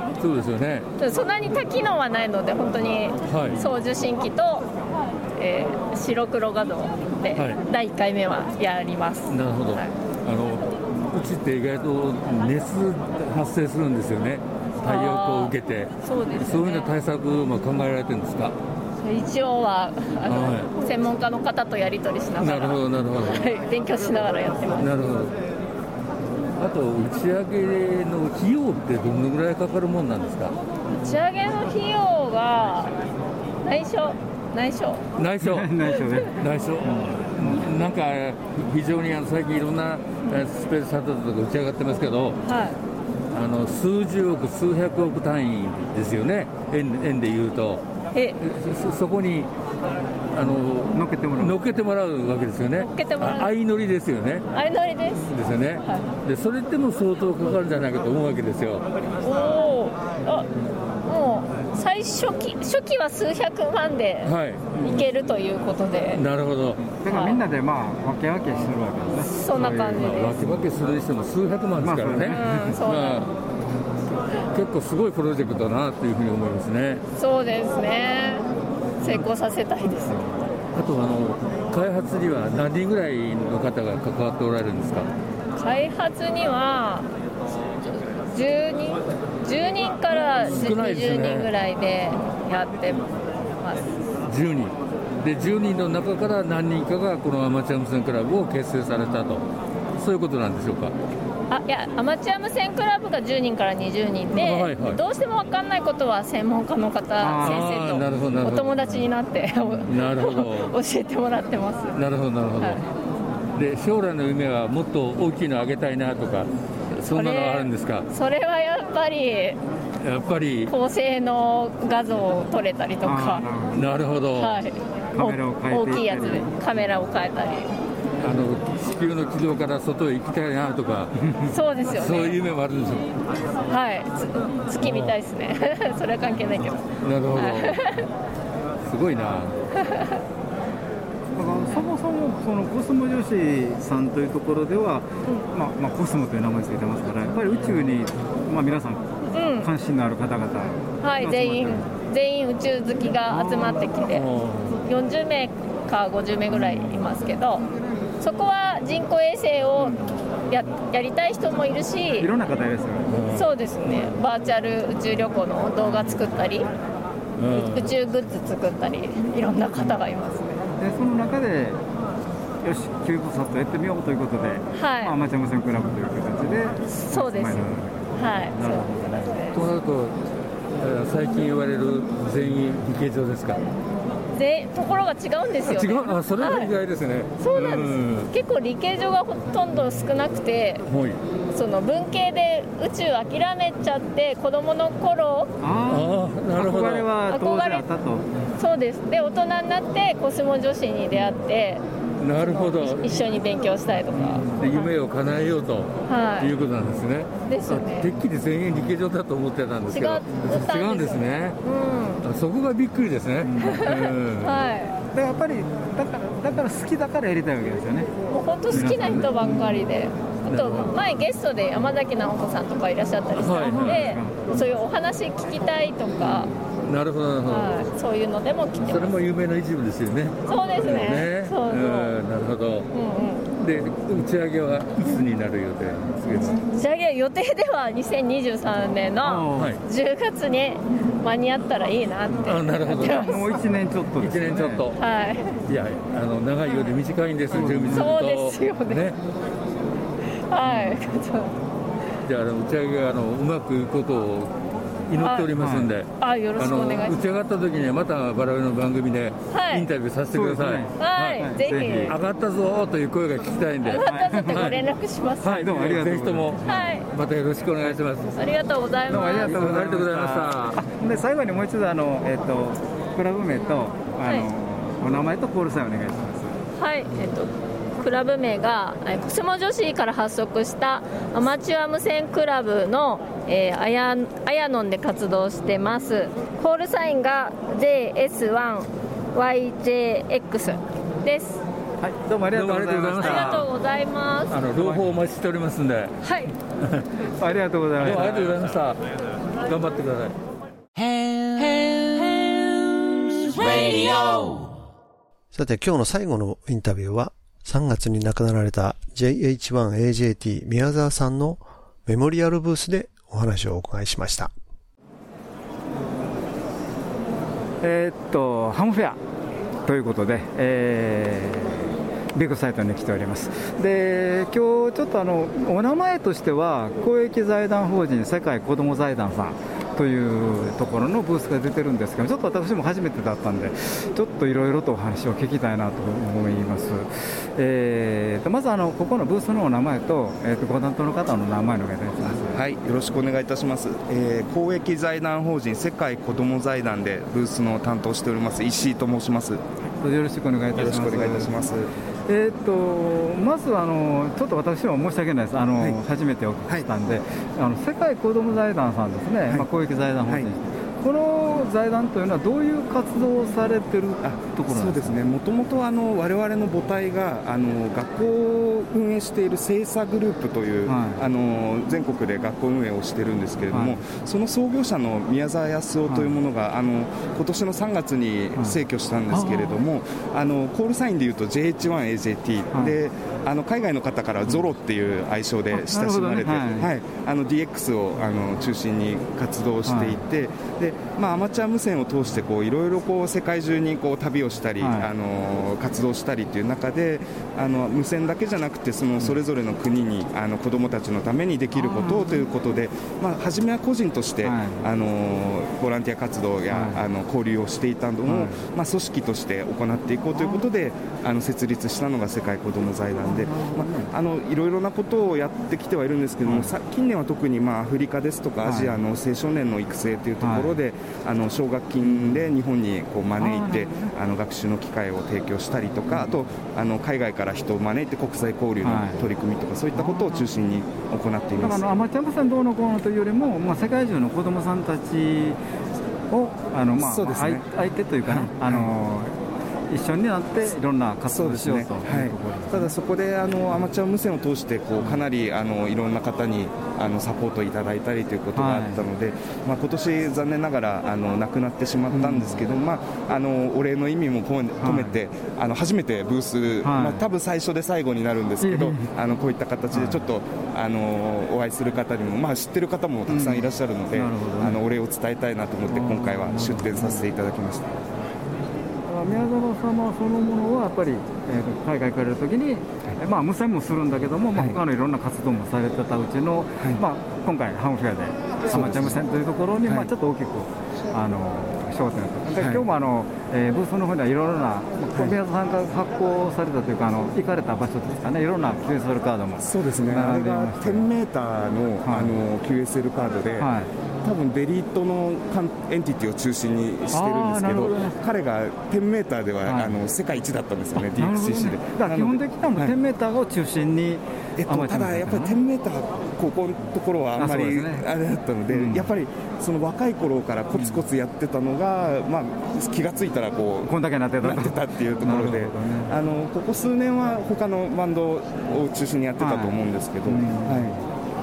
そうですよね。 そんなに多機能はないので、本当に送受信機と、はい、えー、白黒画像でだいいっかいめはやります。 なるほど、はい、あのうちって意外と熱発生するんですよね、太陽光を受けて。 そうですね、 そういうような対策も考えられてるんですか。 一応はあの、はい、専門家の方とやり取りしながら、 なるほどなるほど、 はい、勉強しながらやってます。 なるほど。あと打ち上げの費用ってどのぐらいかかるもんなんですか。 打ち上げの費用が内緒内緒内緒内緒ね内緒、うん、なんか非常にあの最近いろんなスペースシャトルとか打ち上がってますけど、はい、あの数十億数百億単位ですよね、円, 円でいうと。 え そ, そこにあの乗っけてもらう乗っけてもらうわけですよね。 乗っけてもらう相乗りですよね。 相乗りですですよね、はい、でそれでも相当かかるんじゃないかと思うわけですよ。 おあもう最初期初期は数百万でいけるということで、はい、 なるほど。 だからみんなでまあ分け分けするわけですね。 そんな感じです。 分け分けするにしても数百万ですからね、まあうんそうまあ、結構すごいプロジェクトだなというふうに思いますね。 そうですね、成功させたいですよ。 あとあの開発には何人ぐらいの方が関わっておられるんですか。 開発にはじゅうにんじゅうにんからにじゅうにんぐらいでやってます。 じゅうにんでじゅうにんの中から何人かがこのアマチュア無線クラブを結成されたと、そういうことなんでしょうか。 あいやアマチュア無線クラブがじゅうにんからにじゅうにんで、はいはい、どうしても分かんないことは専門家の方先生とお友達になってなるほど教えてもらってます。 なるほどなるほど、はい、で将来の夢はもっと大きいの上げたいなとかそんなのはあるんですか。 それはやっぱりやっぱり高性能画像を撮れたりとか。 なるほど、 はい、 カメラを変えていったり大きいやつでカメラを変えたりあの地球の軌道から外へ行きたいなとかそうですよね。 そういう夢もあるんですよ。 はい月みたいですねそれは関係ないけど。 なるほどすごいなそもそもそのコスモ女子さんというところでは、うんまあまあ、コスモという名前ついてますからやっぱり宇宙に、まあ、皆さん関心のある方々、 うん、はい全員全員宇宙好きが集まってきてよんじゅうめいかごじゅうめいぐらいいますけど、そこは人工衛星を や, やりたい人もいるしいろんな方いらっしゃる。 そうですね、バーチャル宇宙旅行の動画作ったり、うん、宇宙グッズ作ったりいろんな方がいますね。 でその中でよしキューブサットやってみようということで、はいまあ、アマチュア無線クラブという形でそうです、はいそういう形でとなると最近言われる全員理系上ですか。 でところが違うんですよね。 違うあそれが意外ですね、はい、 そうなんです、うん、結構理系上がほとんど少なくて、はい、その文系で宇宙諦めちゃって子供の頃ああなるほど憧れは当時あったと。 そうです。で大人になってコスモ女子に出会ってなるほど一緒に勉強したいとかで夢を叶えようと、はい、いうことなんですね。 ですね。 てっきり全員理系上だと思ってたんですけど違うんですね、うん、そこがびっくりですね、うんはいだからやっぱりだからだから好きだからやりたいわけですよね。 もう本当好きな人ばっかりで、あと前ゲストで山崎直子さんとかいらっしゃったりしたので、はいはい、そういうお話聞きたいとか。 なるほどなるほど、はい、 そういうのでも来てます。 それも有名な一部ですよね。 そうですね。ねそうそう、うん、 なるほど、うんうん、で打ち上げはいつになる予定なんですけど。 打ち上げ予定ではにせんにじゅうさんねんのじゅうがつに間に合ったらいいなって。 あなるほどもういちねんちょっとですね。 いちねんちょっと、 はい、 いやあの長いようで短いんです、うん、準備すると。 そうですよね、ねはいじゃあ、あの打ち上げがあのうまくいくことを祈っておりますんで、 ああよろしくお願いします。 打ち上がった時にはまた我々の番組でインタビューさせてください。はい、 はいはい、ぜひ上がったぞという声が聞きたいんで、 上がったぞってご連絡します。 はい、どうもありがとうございます。ぜひとも、はい、またよろしくお願いします。 ありがとうございます。どうもありがとうございました。で最後にもう一度あのえっ、ー、とクラブ名とあの、はい、お名前とコールサインお願いします。 はい、えっ、ー、と。クラブ名がコスモ女子から発足したアマチュア無線クラブの、えー、アヤ、アヤノンで活動してます。コールサインが ジェイエスワンワイジェーエックス です。 はい、どうもありがとうございました。 ありがとうございます。 あの朗報お待ちしておりますんで。 はい。 ありがとうございました。 ありがとうございました。頑張ってください。 さて今日の最後のインタビューはさんがつに亡くなられた ジェイエイチワンエージェーティー 宮沢さんのメモリアルブースでお話をお伺いしました。 えー、っとハムフェアということで、えー、ビッグサイトに来ております。で今日ちょっとあのお名前としては公益財団法人世界子ども財団さんというところのブースが出てるんですけど、ちょっと私も初めてだったんで、ちょっといろいろとお話を聞きたいなと思います。えー、とまずあのここのブースのお名前と、えー、とご担当の方の名前のお願いします。 はい、よろしくお願いいたします。えー、公益財団法人世界子ども財団でブースの担当しております石井と申します。 よろしくお願いいたします。 よろしくお願いいたします。 えー、とまずあのちょっと私は申し訳ないです。あの、はい、初めてお聞きしたんで、はい、あの世界子ども財団さんですね、はい、まあ、公益財団法人、はい、この財団というのはどういう活動をされてるところなんですか。 そうですね、もともと我々の母体があの学校を運営している精査グループという、はい、あの全国で学校運営をしているんですけれども、はい、その創業者の宮沢康夫というものが、はい、あの今年のさんがつに逝去したんですけれども、はい、あのコールサインでいうと ジェイエイチワンエージェーティー、はい、であの海外の方からゾロっていう愛称で親しまれて、ね、はいはい、あの ディーエックス をあの中心に活動していて、はい、でまあ、アマチュア無線を通してこういろいろこう世界中にこう旅をしたり、はい、あの活動したりという中で、あの無線だけじゃなくてそのそれぞれの国にあの子どもたちのためにできることをということで、まあ、初めは個人として、はい、あのボランティア活動や、はい、あの交流をしていたのを、はい、まあ、組織として行っていこうということであの設立したのが世界子ども財団で、まあ、あのいろいろなことをやってきてはいるんですけども、はい、さ近年は特に、まあ、アフリカですとかアジアの青少年の育成というところで、はい、あの奨学金で日本にこう招いてあの学習の機会を提供したりとか、あとあの海外から人を招いて国際交流の取り組みとか、そういったことを中心に行っています。 だからあのアマチュア無線どうのこうのというよりも、まあ、世界中の子どもさんたちをあの、まあ、そうですね、相手というか、ね、はい、あの一緒になっていろんな活動をしようというところですね。はい、 ただそこであのアマチュア無線を通してこうかなりあのいろんな方にあのサポートいただいたりということがあったので、はい、まあ、今年残念ながらあの亡くなってしまったんですけど、うん、まあ、あのお礼の意味も込めて、はい、あの初めてブース、はい、まあ、多分最初で最後になるんですけど、あのこういった形でちょっと、はい、あのお会いする方にも、まあ、知ってる方もたくさんいらっしゃるので、うん、あのお礼を伝えたいなと思って今回は出展させていただきました。 宮沢様そのものはやっぱり、えー、と海外行かれるときに、はい、まあ、無線もするんだけども、まあ、他のいろんな活動もされてたうちの、はい、まあ、今回ハムフェアでアマチュア無線というところに、はい、まあ、ちょっと大きくあの焦点で、はい、今日もあの、えー、ブースの方にはいろいろな、はい、宮沢さんが発行されたというか、あの行かれた場所ですかね、いろんな キューエスエル カードも。 そうですね、あれがじゅうメーターの、はい、あの キューエスエル カードで、はい、多分デリートのエンティティを中心にしてるんですけど、どね、彼がじゅうメーターでは、はい、あの世界一だったんですよね、ディーエックスシーシー で。 だから基本的にはもうじゅうメーターを中心に、 えっと、ただやっぱりじゅうメーター、ここのところはあんまりあれだったので、うん、やっぱりその若い頃からコツコツやってたのが、うん、まあ、気がついたらこうこんだけなってた、 なってたっていうところで、ね、あのここ数年は他のバンドを中心にやってたと思うんですけど、はい、うん、はい、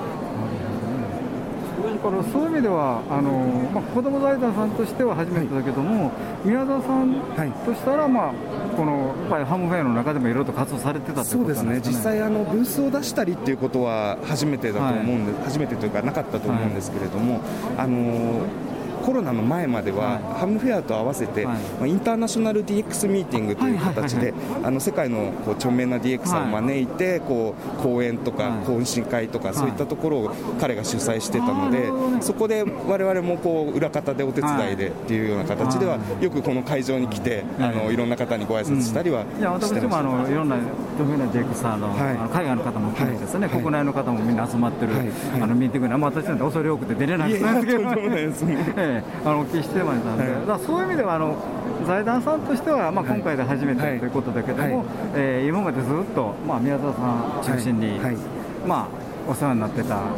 だからそういう意味ではあの、まあ、子ども財団さんとしては初めてだけども、はい、宮沢さんとしたら、まあ、このやっぱりハムフェアの中でもいろいろと活動されてたということなんですかね。 そうですね、実際あのブースを出したりっていうことは初めてだと思うんで、はい、初めてというかなかったと思うんですけれども、はい、あのコロナの前までは、はい、ハムフェアと合わせて、はい、まあ、インターナショナル ディーエックス ミーティングという形で、あの世界のこう著名な ディーエックス を招いて、はい、こう講演とか、はい、懇親会とか、はい、そういったところを彼が主催してたので、はい、そこで我々もこう裏方でお手伝いでっていうような形では、はい、よくこの会場に来て、はい、あのいろんな方にご挨拶したりはしてました。 いや、私もあのいろんな著名な ディーエックス の、はい、あの海外の方も含めてですね、はい、国内の方もみんな集まってる、はい、あのミーティングに、まあ、私なんて恐れ多くて出れないんですけど、お聞きしてましたので、はい、だからそういう意味ではあの財団さんとしては、まあ、今回で初めて、はい、ということだけども、はい、えー、今までずっと、まあ、宮沢さん中心に、はいはい、まあ、お世話になってたから、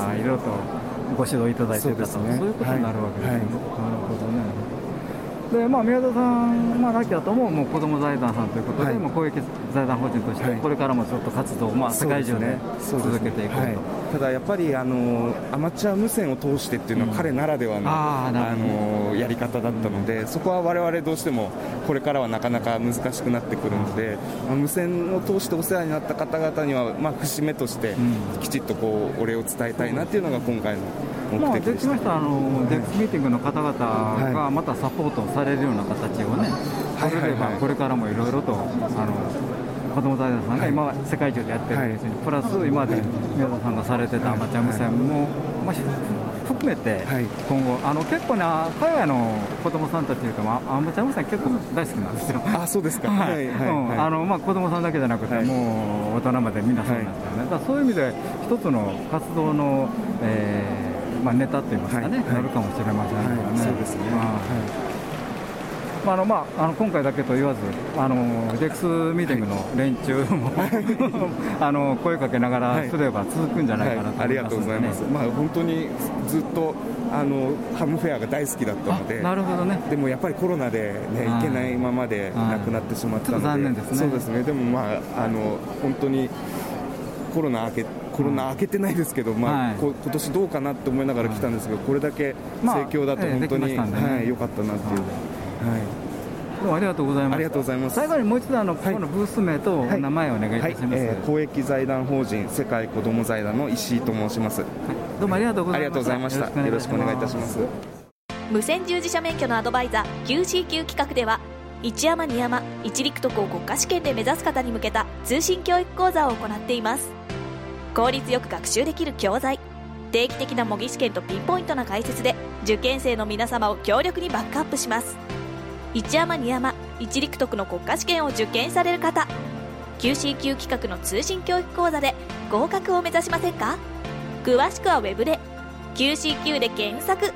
ね、いろいろとご指導いただいてたと、そう、ね、そういうことになるわけですね。はいはい、なるほどね。で、まあ、宮田さん、まあ、亡き後ももう子ども財団さんということで、はい、まあ、公益財団法人としてこれからもずっと活動を、まあ、世界中で続けていくと、ね、はい、 ただやっぱりあのアマチュア無線を通してっていうのは彼ならではの、うん、ああのやり方だったので、うん、そこは我々どうしてもこれからはなかなか難しくなってくるので、まあ、無線を通してお世話になった方々には、まあ、節目としてきちっとこうお礼を伝えたいなっていうのが今回の目的でした。 まあ、できましたあのデックスミーティングの方々がまたサポートされるような形をね、はい、それでまあこれからもいろいろとあの子ども財団さんが今世界中でやってるうちに、はい、プラス今まで宮田さんがされてたアマチュア無線も、まあ、 含めて、今後、あの結構ね、海外の子供さんたちというか、まあ、アマチュア無線結構大好きなんですよ。 あ、そうですか。 はいはいはい、あのまあ、子供さんだけじゃなくて、はい、もう大人までみんなそうなんですよね。はい、だからそういう意味で一つの活動の、えーまあ、ネタといいますかね、はい、なるかもしれませんけどね。はい、そうですね。まあはいまああのまあ、あの今回だけと言わず、あの ジェイエックス ミーティングの連中も、はい、あの声かけながらすれば続くんじゃないかなと思います、ねはいはい、ありがとうございます。 まあ、本当にずっとあのハムフェアが大好きだったので、 なるほどね、 でもやっぱりコロナで、ね、行けないままで亡くなってしまったので、 残念ですね。 そうですね。でも、まあ、あの本当にコロナ明けコロナ明けてないですけど、まあはい、こ今年どうかなって思いながら来たんですけど、これだけ盛況だと本当に良、まあええはい、かったなっていう。はいどうもありがとうございます。 ありがとうございます。 最後にもう一度あの、はい、このブース名と名前をお願いいたします。はいはいえー、公益財団法人世界子ども財団の石井と申します。はい、 どうもありがとうございました。 ありがとうございました。よろしくお願いいたします。 無線従事者免許のアドバイザー キューシーキュー 企画では、一山二山一陸徳を国家試験で目指す方に向けた通信教育講座を行っています。効率よく学習できる教材、定期的な模擬試験とピンポイントな解説で受験生の皆様を強力にバックアップします。一山二山一陸徳の国家試験を受験される方、 キューシーキュー 企画の通信教育講座で合格を目指しませんか？詳しくはウェブで キューシーキュー で検索。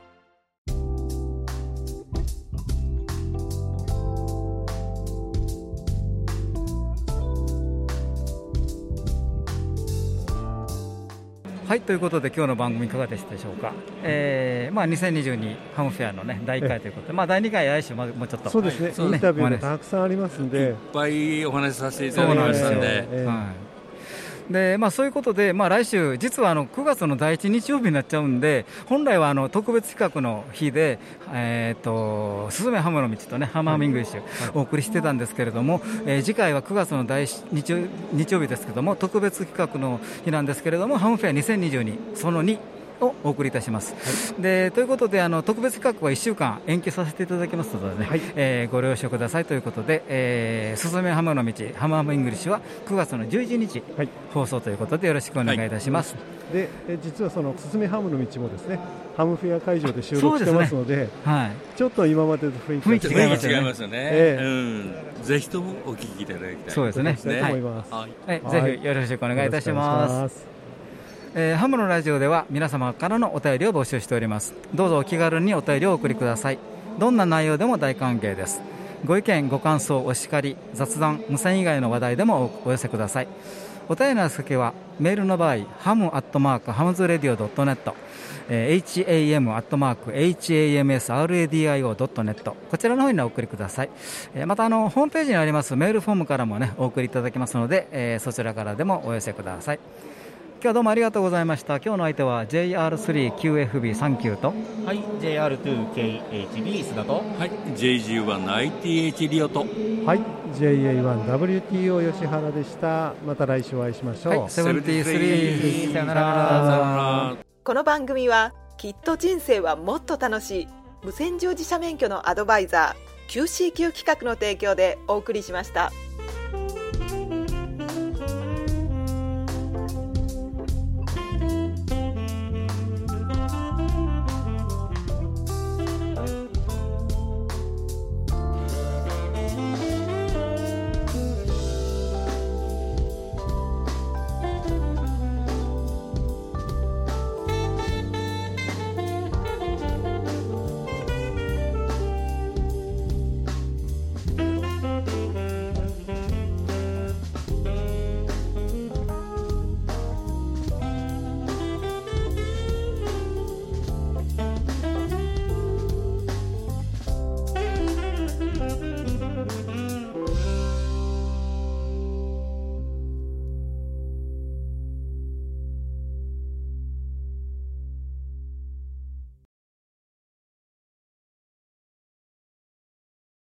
はい、ということで今日の番組いかがでしたでしょうか。えーまあ、にせんにじゅうにハムフェアの、ね、だいいっかいということで、まあ、だいにかい来週もうちょっとそうですね、はい、インタビューがたくさんありますんで、 いっぱいお話しさせていただきましたんで、えーはいでまあ、そういうことで、まあ、来週、実はあのくがつのだいいち日曜日になっちゃうんで、本来はあの特別企画の日で、えー、とすずめハムの道とね、ハムハムイングリッシュお送りしてたんですけれども、えー、次回はくがつのだいいち日曜、日曜日ですけども、特別企画の日なんですけれども、ハムフェアにせんにじゅうにそのにをお送りいたします。はい、でということで、あの特別企画はいっしゅうかん延期させていただきますので、ねはいえー、ご了承くださいということで、えー、すずめハムの道ハムハムイングリッシュはくがつのじゅういちにち、はい、放送ということでよろしくお願いいたします。 はい、で実はそのすずめハムの道もですね、ハムフェア会場で収録してますの で, で、ねはい、ちょっと今までと雰囲気が違いますよね。違いますよね、えーうん、ぜひともお聞きいただきたい。 そうですね。 と思います。 はいはいはい、ぜひよろしくお願いいたします。えー、ハムのラジオでは皆様からのお便りを募集しております。どうぞお気軽にお便りをお送りください。どんな内容でも大歓迎です。ご意見ご感想お叱り雑談無線以外の話題でもお寄せください。お便りの先はメールの場合ハムアットマークハムズレディオドットネット、えー、ハムアットマーク ハムスラディオドットネット、こちらの方にお送りください。えー、またあのホームページにありますメールフォームからもねお送りいただけますので、えー、そちらからでもお寄せください。今日はどうもありがとうございました。今日の相手は ジェイアールスリーキューエフビーさんきゅう と、 はい、ジェイアールツーケーエイチビー 須田と、 はい、ジェイジーワンアイティーエイチ リオと、 はい、ジェイエーワンダブリューティーオー 吉原でした。また来週お会いしましょう。はい、 セブンティースリー、さよなら。 この番組はきっと人生はもっと楽しい無線乗自社免許のアドバイザー キューシーキュー 企画の提供でお送りしました。